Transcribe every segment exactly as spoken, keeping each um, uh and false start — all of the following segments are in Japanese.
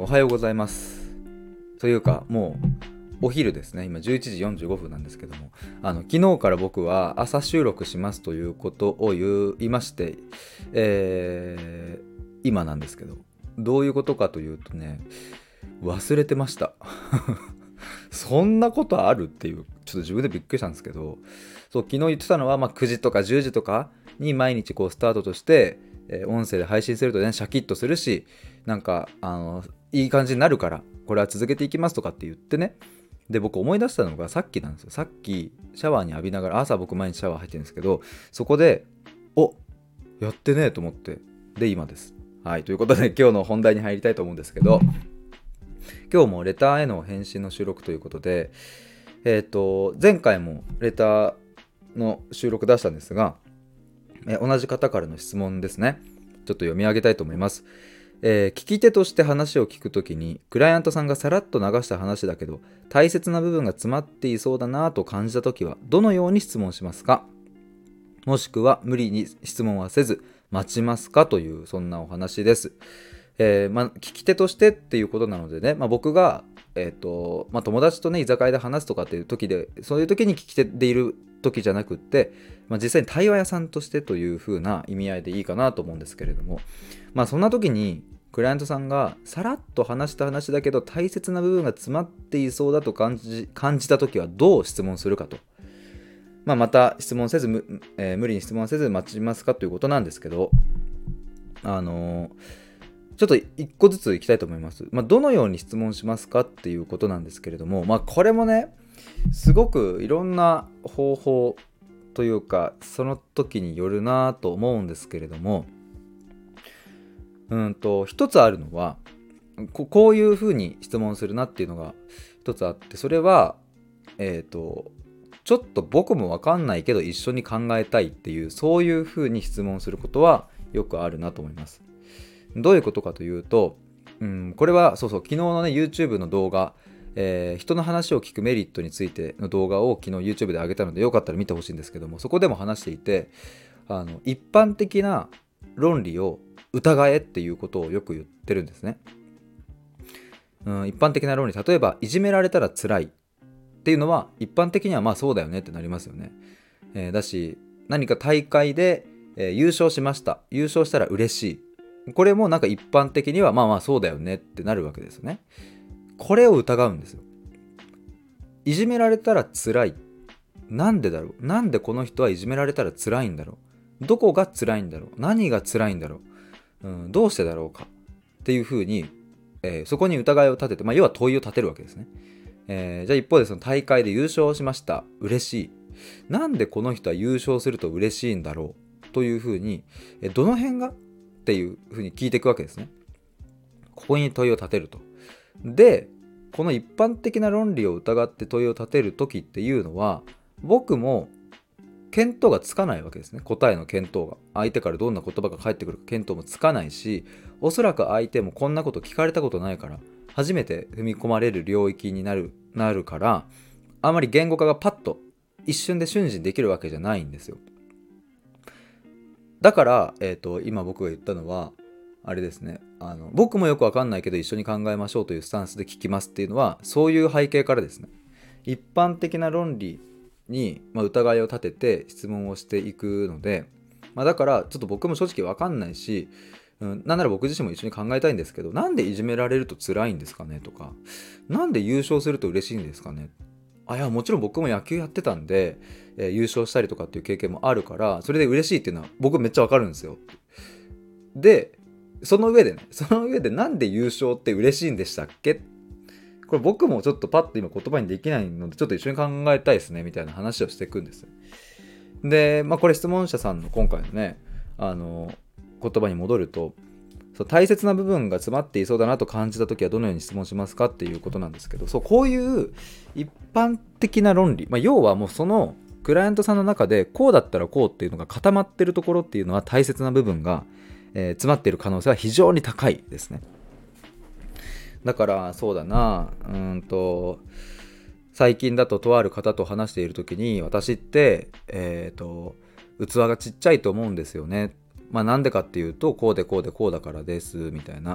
おはようございますというかもうお昼ですね。今じゅういちじよんじゅうごふんなんですけども、あの昨日から僕は朝収録しますということを言いまして、えー、今なんですけど、どういうことかというとね、忘れてましたそんなことあるっていう、ちょっと自分でびっくりしたんですけど、そう昨日言ってたのは、まあ、くじとかじゅうじとかに毎日こうスタートとして、えー音声で配信するとねシャキッとするし、なんかあのいい感じになるからこれは続けていきますとかって言ってね。で僕思い出したのがさっきなんですよ。さっきシャワーに浴びながら、朝僕毎日シャワー入ってるんですけど、そこでおやってねえと思って、で今です。はい、ということで今日の本題に入りたいと思うんですけど、今日もレターへの返信の収録ということで、えっと前回もレターの収録出したんですが、え同じ方からの質問ですね。ちょっと読み上げたいと思います。えー聞き手として話を聞くときに、クライアントさんがさらっと流した話だけど大切な部分が詰まっていそうだなと感じたときはどのように質問しますか？もしくは無理に質問はせず待ちますか？という、そんなお話です。えーまあ、聞き手としてっていうことなのでね、まあ、僕が、えーとまあ、友達とね居酒屋で話すとかっていう時で、そういう時に聞き手でいる時じゃなくって、まあ、実際に対話屋さんとしてという風な意味合いでいいかなと思うんですけれども、まあそんな時にクライアントさんがさらっと話した話だけど大切な部分が詰まっていそうだと感じ感じた時はどう質問するかと、まあ、また質問せず、むえー無理に質問せず待ちますかということなんですけど、あのーちょっと一個ずついきたいと思います。まあ、どのように質問しますかっていうことなんですけれども、まあ、これもね、すごくいろんな方法というか、その時によるなと思うんですけれども、うんと、一つあるのは、ここういうふうに質問するなっていうのが一つあって、それは、えっと、ちょっと僕もわかんないけど一緒に考えたいっていう、そういうふうに質問することはよくあるなと思います。どういうことかというと、うん、これはそうそう、昨日のね YouTube の動画、えー人の話を聞くメリットについての動画を昨日 YouTube で上げたので、よかったら見てほしいんですけども、そこでも話していて、あの一般的な論理を疑えっていうことをよく言ってるんですね。うん、一般的な論理、例えばいじめられたら辛いっていうのは一般的にはまあそうだよねってなりますよね。えーだし、何か大会で、えー優勝しました、優勝したら嬉しい、これもなんか一般的にはまあまあそうだよねってなるわけですよね。これを疑うんですよ。いじめられたら辛い、なんでだろう、なんでこの人はいじめられたら辛いんだろう、どこが辛いんだろう、何が辛いんだろう、うん、どうしてだろうかっていうふうに、えーそこに疑いを立てて、まあ、要は問いを立てるわけですね。えーじゃあ一方で、その大会で優勝しました、嬉しい、なんでこの人は優勝すると嬉しいんだろうというふうに、えどの辺がっていうふうに聞いていくわけですね。ここに問いを立てると。で、この一般的な論理を疑って問いを立てる時っていうのは、僕も見当がつかないわけですね。答えの見当が、相手からどんな言葉が返ってくるか見当もつかないし、おそらく相手もこんなこと聞かれたことないから、初めて踏み込まれる領域になるなるから、あまり言語化がパッと一瞬で瞬時にできるわけじゃないんですよ。だから、えーと、今僕が言ったのはあれですね、あの僕もよくわかんないけど一緒に考えましょうというスタンスで聞きますっていうのは、そういう背景からですね。一般的な論理に、まあ、疑いを立てて質問をしていくので、まあ、だからちょっと僕も正直わかんないし、うん、なんなら僕自身も一緒に考えたいんですけど、なんでいじめられると辛いんですかねとか、なんで優勝すると嬉しいんですかね。あ、いやもちろん僕も野球やってたんで、えー優勝したりとかっていう経験もあるから、それで嬉しいっていうのは僕めっちゃわかるんですよ。で、その上でね、その上でなんで優勝って嬉しいんでしたっけ、これ僕もちょっとパッと今言葉にできないので、ちょっと一緒に考えたいですねみたいな話をしていくんです。で、まあこれ質問者さんの今回のね、あの言葉に戻ると、そう大切な部分が詰まっていそうだなと感じたときはどのように質問しますかっていうことなんですけど、そうこういう一般的な論理、まあ、要はもうそのクライアントさんの中でこうだったらこうっていうのが固まってるところっていうのは、大切な部分が、えー詰まっている可能性は非常に高いですね。だからそうだな、うーんと最近だととある方と話している時に、私ってえっ、と器がちっちゃいと思うんですよね。まあなんでかっていうと、こうでこうでこうだからですみたいな。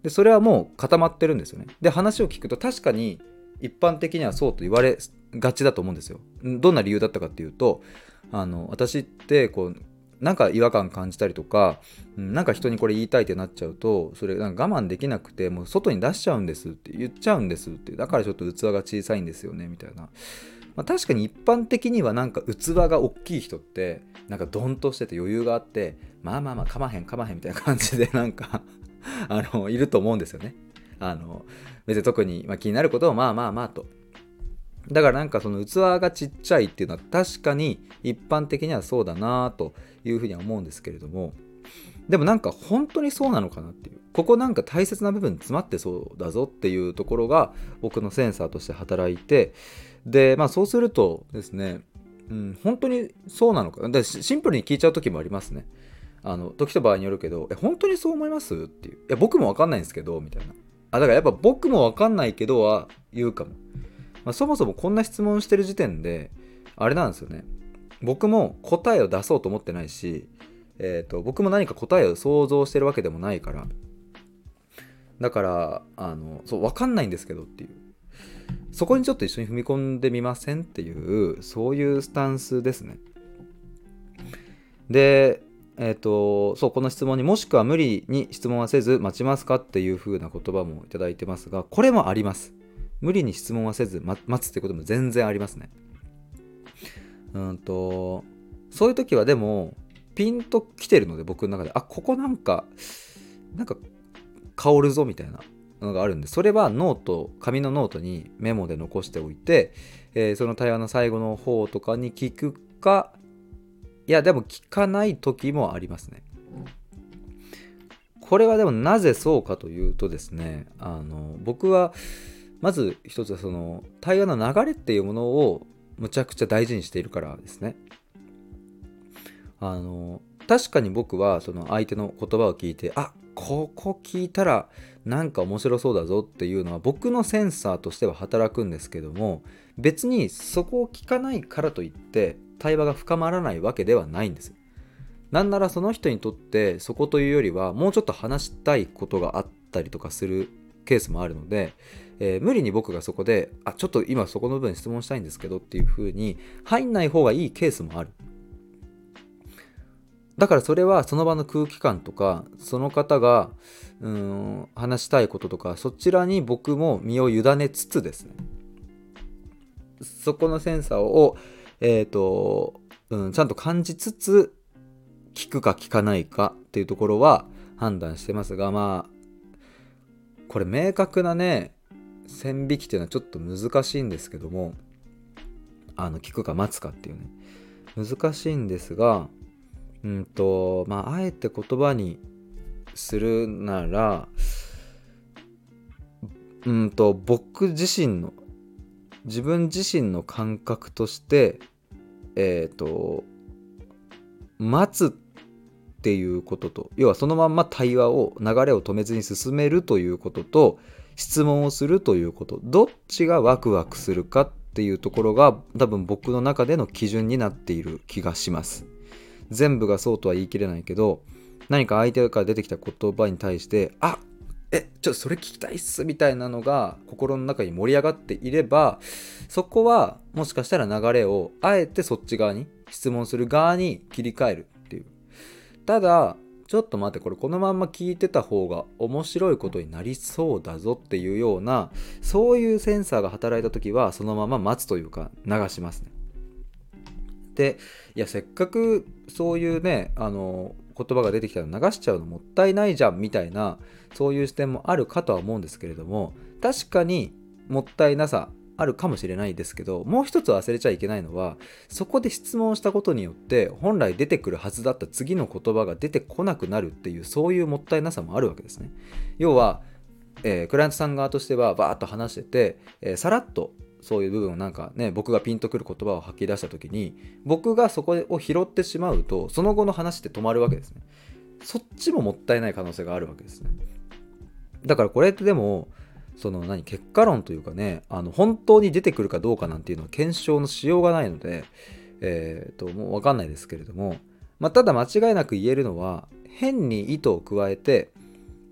でそれはもう固まってるんですよね。で話を聞くと確かに一般的にはそうと言われがちだと思うんですよ。どんな理由だったかっていうと、あの私ってこうなんか違和感感じたりとか、なんか人にこれ言いたいってなっちゃうと、それなんか我慢できなくてもう外に出しちゃうんですって言っちゃうんですって、だからちょっと器が小さいんですよねみたいな。まあ、確かに一般的にはなんか器が大きい人ってなんかドンとしてて余裕があって、まあまあまあかまへんかまへんみたいな感じでなんかあのいると思うんですよね。あの別に特に、まあ、気になることをまあまあまあと。だからなんかその器がちっちゃいっていうのは確かに一般的にはそうだなというふうには思うんですけれども、でもなんか本当にそうなのかなっていう、ここなんか大切な部分詰まってそうだぞっていうところが僕のセンサーとして働いて、でまあそうするとですね、うん、本当にそうなのかでシンプルに聞いちゃう時もありますね。あの時と場合によるけど、え本当にそう思いますっていう、いや僕も分かんないんですけどみたいな。あだからやっぱ僕も分かんないけどは言うかも。まあ、そもそもこんな質問してる時点であれなんですよね。僕も答えを出そうと思ってないし、えーと、僕も何か答えを想像してるわけでもないから、だからあのそう分かんないんですけどっていう、そこにちょっと一緒に踏み込んでみませんっていう、そういうスタンスですね。でえっ、ー、とそうこの質問にもしくは無理に質問はせず待ちますかっていう風な言葉もいただいてますが、これもあります。無理に質問はせず待つってことも全然ありますね。うんとそういう時はでもピンときてるので、僕の中であここなんかなんか香るぞみたいなのがあるんで、それはノート紙のノートにメモで残しておいて、えー、その対話の最後の方とかに聞くか、いやでも聞かない時もありますね。これはでもなぜそうかというとですね、あの僕はまず一つはその対話の流れっていうものをむちゃくちゃ大事にしているからですね。あの確かに僕はその相手の言葉を聞いて、あここ聞いたらなんか面白そうだぞっていうのは僕のセンサーとしては働くんですけども、別にそこを聞かないからといって対話が深まらないわけではないんです。なんならその人にとってそこというよりはもうちょっと話したいことがあったりとかするケースもあるので、えー、無理に僕がそこであちょっと今そこの部分質問したいんですけどっていう風に入んない方がいいケースもある。だからそれはその場の空気感とかその方がうーん話したいこととか、そちらに僕も身を委ねつつですね、そこのセンサーを、えーとうん、ちゃんと感じつつ聞くか聞かないかっていうところは判断してますが、まあこれ明確なね線引きっていうのはちょっと難しいんですけども、あの聞くか待つかっていうね難しいんですが、うんとまああえて言葉にするなら、うんと僕自身の自分自身の感覚としてえっ、ー、と待つっていうことと、要はそのまんま対話を流れを止めずに進めるということと質問をするということ、どっちがワクワクするかっていうところが多分僕の中での基準になっている気がします。全部がそうとは言い切れないけど、何か相手から出てきた言葉に対してあえちょっとそれ聞きたいっすみたいなのが心の中に盛り上がっていれば、そこはもしかしたら流れをあえてそっち側に質問する側に切り替えるっていう。ただちょっと待って、これこのまんま聞いてた方が面白いことになりそうだぞっていうような、そういうセンサーが働いた時はそのまま待つというか流しますね。でいやせっかくそういうねあの言葉が出てきたら流しちゃうのもったいないじゃんみたいな、そういう視点もあるかとは思うんですけれども、確かにもったいなさあるかもしれないですけど、もう一つ忘れちゃいけないのは、そこで質問したことによって本来出てくるはずだった次の言葉が出てこなくなるっていう、そういうもったいなさもあるわけですね。要は、えー、クライアントさん側としてはバーッと話してて、えー、さらっとそういう部分をなんかね僕がピンとくる言葉を吐き出した時に僕がそこを拾ってしまうと、その後の話って止まるわけですね。そっちももったいない可能性があるわけですね。だからこれってでもその何結果論というかね、あの本当に出てくるかどうかなんていうのは検証のしようがないので、えー、ともう分かんないですけれども、まあ、ただ間違いなく言えるのは、変に意図を加えて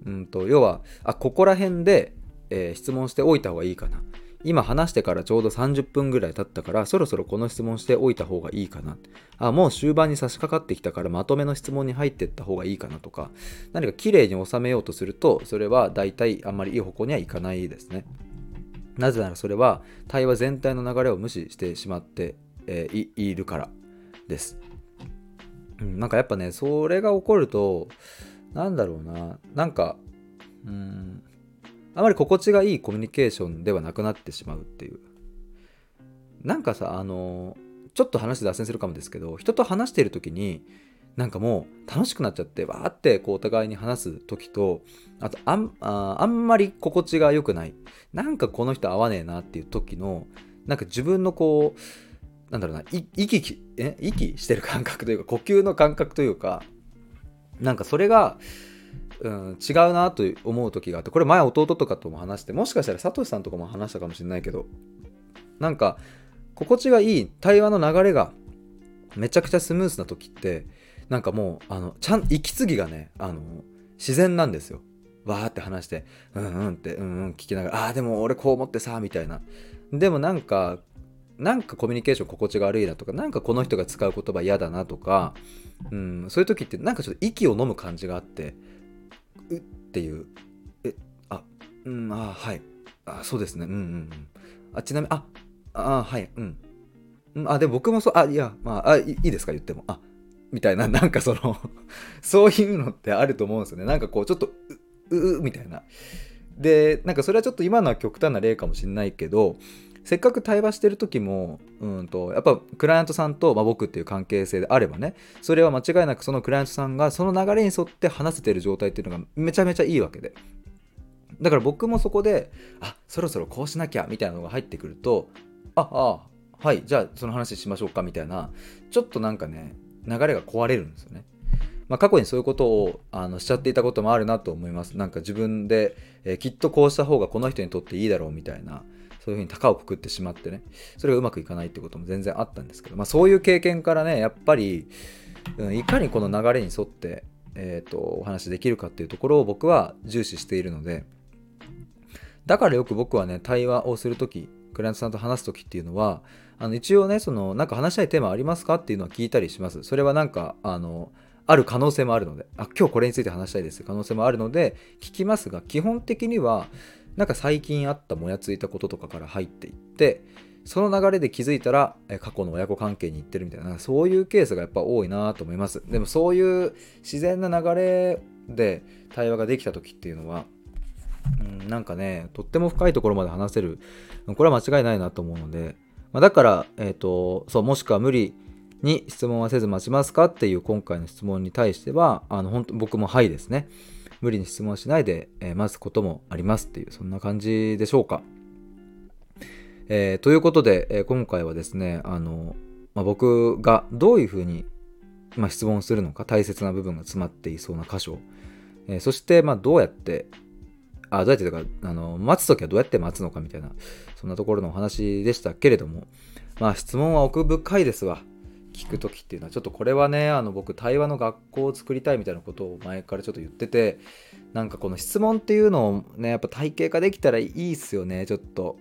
うんと要はあここら辺で、えー質問しておいた方がいいかな、今話してからちょうどさんじゅっぷんぐらい経ったからそろそろこの質問しておいた方がいいかな、あもう終盤に差し掛かってきたからまとめの質問に入っていった方がいいかなとか、何か綺麗に収めようとするとそれは大体あんまりいい方向にはいかないですね。なぜならそれは対話全体の流れを無視してしまって、えーい、いるからです、うん、なんかやっぱねそれが起こるとなんだろうな、なんかうーんあまり心地がいいコミュニケーションではなくなってしまうっていう。なんかさ、あのちょっと話脱線するかもですけど、人と話している時になんかもう楽しくなっちゃってわーってこうお互いに話す時と、あとあんああんまり心地が良くない、なんかこの人合わねえなっていう時の、なんか自分のこうなんだろうな、い息え息してる感覚というか呼吸の感覚というか、なんかそれがうん、違うなと思う時があって、これ前弟とかとも話して、もしかしたらサトシさんとかも話したかもしれないけど、なんか心地がいい対話の流れがめちゃくちゃスムースな時って、なんかもうあのちゃん息継ぎがね、あの自然なんですよ。わーって話してうんうんってうんうん聞きながら、あーでも俺こう思ってさみたいな。でもなんかなんかコミュニケーション心地が悪いなとか、なんかこの人が使う言葉嫌だなとか、うん、そういう時ってなんかちょっと息を飲む感じがあって、うっていう、えあうんあはいあそうですねうんうんうんあちなみにああはいうんうんあでも僕もそうあいやまああいいいですか言ってもあみたいな、なんかそのそういうのってあると思うんですよね。なんかこうちょっとうううみたいな。でなんかそれはちょっと今のは極端な例かもしれないけど、せっかく対話してる時もうんとやっぱクライアントさんと、まあ、僕っていう関係性であればね、それは間違いなくそのクライアントさんがその流れに沿って話せてる状態っていうのがめちゃめちゃいいわけで、だから僕もそこであそろそろこうしなきゃみたいなのが入ってくると、ああはいじゃあその話しましょうかみたいな、ちょっとなんかね流れが壊れるんですよね。まあ、過去にそういうことをあのしちゃっていたこともあるなと思います。なんか自分で、えーきっとこうした方がこの人にとっていいだろうみたいな、そういうふうに高をくくってしまってね、それがうまくいかないってことも全然あったんですけど、まあ、そういう経験からねやっぱり、うん、いかにこの流れに沿って、えーとお話しできるかっていうところを僕は重視しているので、だからよく僕はね対話をするとき、クライアントさんと話すときっていうのは、あの一応ねそのなんか話したいテーマありますかっていうのは聞いたりします。それはなんかあのある可能性もあるので、あ今日これについて話したいです可能性もあるので聞きますが、基本的にはなんか最近あったもやついたこととかから入っていって、その流れで気づいたらえ過去の親子関係に行ってるみたいな、なんかそういうケースがやっぱ多いなと思います。でもそういう自然な流れで対話ができた時っていうのは、うん、なんかねとっても深いところまで話せる、これは間違いないなと思うので、まあ、だから、えーと、そうもしくは無理に質問はせず待ちますかっていう今回の質問に対しては、あの本当僕もはいですね。無理に質問しないで、えー待つこともありますっていう、そんな感じでしょうか。えーということで、えー今回はですね、あの、まあ、僕がどういうふうに、まあ、質問するのか、大切な部分が詰まっていそうな箇所、えーそして、まあ、どうやってあどうやってというかあの待つときはどうやって待つのかみたいな、そんなところのお話でしたけれども、まあ質問は奥深いですわ。聞くときっていうのはちょっとこれはね、あの僕対話の学校を作りたいみたいなことを前からちょっと言ってて、なんかこの質問っていうのをねやっぱ体系化できたらいいっすよね。ちょっと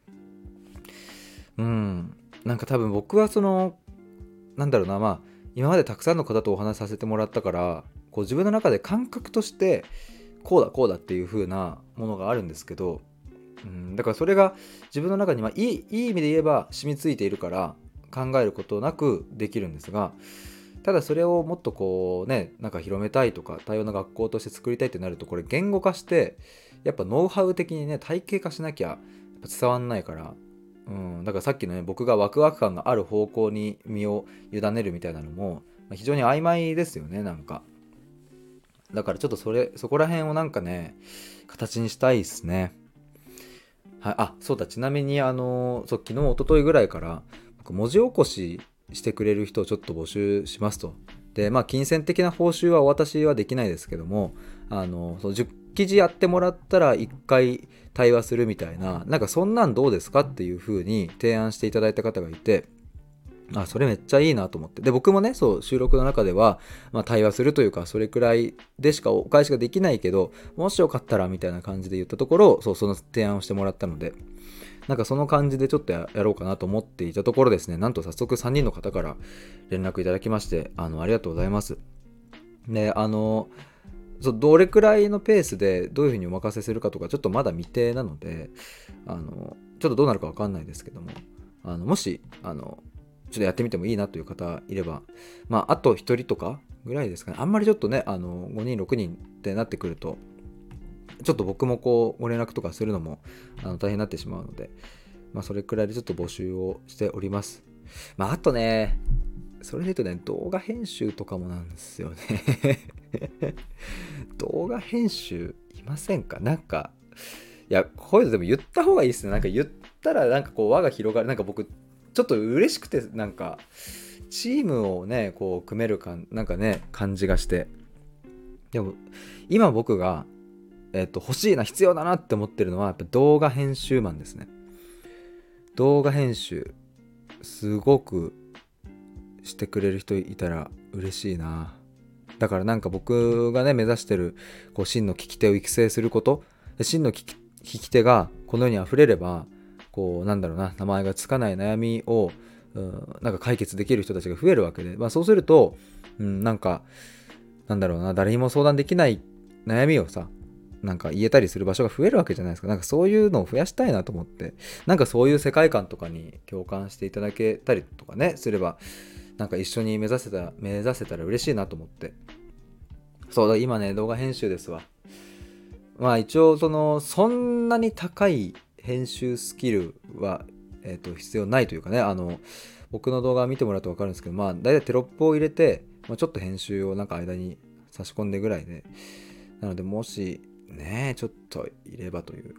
うんなんか多分僕はそのなんだろうな、まあ今までたくさんの方とお話しさせてもらったから、こう自分の中で感覚としてこうだこうだっていう風なものがあるんですけど、うん、だからそれが自分の中にはいい、いい意味で言えば染みついているから考えることなくできるんですが、ただそれをもっとこうねなんか広めたいとか多様な学校として作りたいってなると、これ言語化してやっぱノウハウ的にね体系化しなきゃやっぱ伝わんないから、うん、だからさっきのね僕がワクワク感がある方向に身を委ねるみたいなのも非常に曖昧ですよね。なんかだからちょっとそれそこら辺をなんかね形にしたいですね。はい、あそうだ、ちなみにあのそう昨日一昨日ぐらいから僕文字起こししてくれる人をちょっと募集しますと。でまあ金銭的な報酬はお渡しはできないですけども、あのそのじゅっ記事やってもらったらいっかい対話するみたいな、なんかそんなんどうですかっていう風に提案していただいた方がいて、 あ、それめっちゃいいなと思って。で、僕もね、そう、収録の中では、まあ、対話するというか、それくらいでしかお返しができないけど、もしよかったら、みたいな感じで言ったところ、そう、その提案をしてもらったので、なんかその感じでちょっと や, やろうかなと思っていたところですね、なんと早速さんにんの方から連絡いただきまして、あの、ありがとうございます。で、あの、そうどれくらいのペースでどういうふうにお任せするかとかちょっとまだ未定なので、あのちょっとどうなるか分かんないですけども、あのもしあのちょっとやってみてもいいなという方いれば、まああとひとりとかぐらいですかね。あんまりちょっとね、あのごにんろくにんってなってくるとちょっと僕もこうご連絡とかするのもあの大変になってしまうので、まあそれくらいでちょっと募集をしております。まああとね、それで言うとね、動画編集とかもなんですよね動画編集いませんか？なんか、いや、こういうのでも言った方がいいですね。なんか言ったら、なんかこう輪が広がる。なんか僕、ちょっと嬉しくて、なんか、チームをね、こう組めるかん、なんかね、感じがして。でも、今僕が、えっと、欲しいな、必要だなって思ってるのは、やっぱ動画編集マンですね。動画編集、すごくしてくれる人いたら嬉しいな。だからなんか僕がね目指してるこう真の聞き手を育成すること、真の聞き、聞き手がこの世に溢れれば、こうなんだろうな、名前がつかない悩みを、うん、なんか解決できる人たちが増えるわけで、まあ、そうすると、うん、なんかなんだろうな、誰にも相談できない悩みをさ、なんか言えたりする場所が増えるわけじゃないですか。なんかそういうのを増やしたいなと思って、なんかそういう世界観とかに共感していただけたりとかねすれば、なんか一緒に目指せた目指せたら嬉しいなと思って。そうだ、今ね動画編集ですわ。まあ一応そのそんなに高い編集スキルは、えー、と必要ないというかね、あの僕の動画見てもらうと分かるんですけど、まあ大体テロップを入れて、まあ、ちょっと編集をなんか間に差し込んでぐらいで、なのでもしねちょっといればという。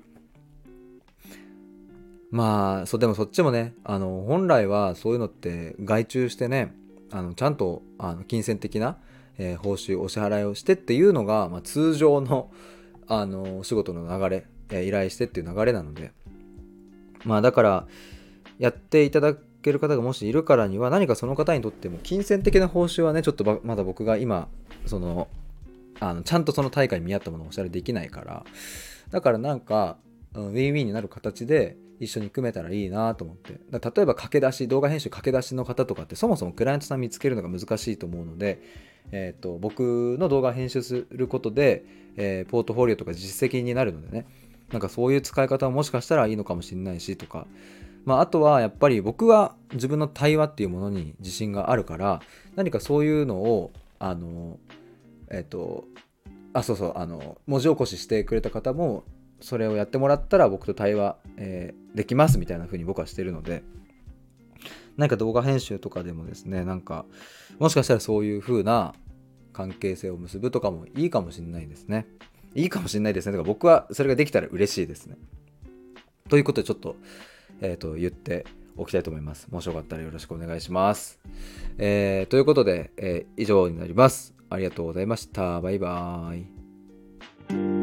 まあそう、でもそっちもね、あの本来はそういうのって外注してね、あのちゃんとあの金銭的な、えー報酬お支払いをしてっていうのが、まあ、通常のあのお仕事の流れ、えー依頼してっていう流れなので、まあだからやっていただける方がもしいるからには、何かその方にとっても金銭的な報酬はねちょっとばまだ僕が今そのあのちゃんとその対価に見合ったものをお支払いできないから、だからなんかうんウィンウィンになる形で一緒に組めたらいいなと思って。だ例えば駆け出し動画編集駆け出しの方とかってそもそもクライアントさん見つけるのが難しいと思うので、えー、と僕の動画編集することで、えーポートフォリオとか実績になるのでね、なんかそういう使い方ももしかしたらいいのかもしれないしとか、まあ、あとはやっぱり僕は自分の対話っていうものに自信があるから、何かそういうのをあのえっ、とあそうそうあの文字起こししてくれた方もそれをやってもらったら僕と対話、えーできますみたいな風に僕はしてるので、何か動画編集とかでもですね、なんかもしかしたらそういう風な関係性を結ぶとかもいいかもしれないですね。いいかもしれないですね。とか僕はそれができたら嬉しいですね。ということでちょっと,、えー、と言っておきたいと思います。もしよかったらよろしくお願いします。えーということで、えー以上になります。ありがとうございました。バイバーイ。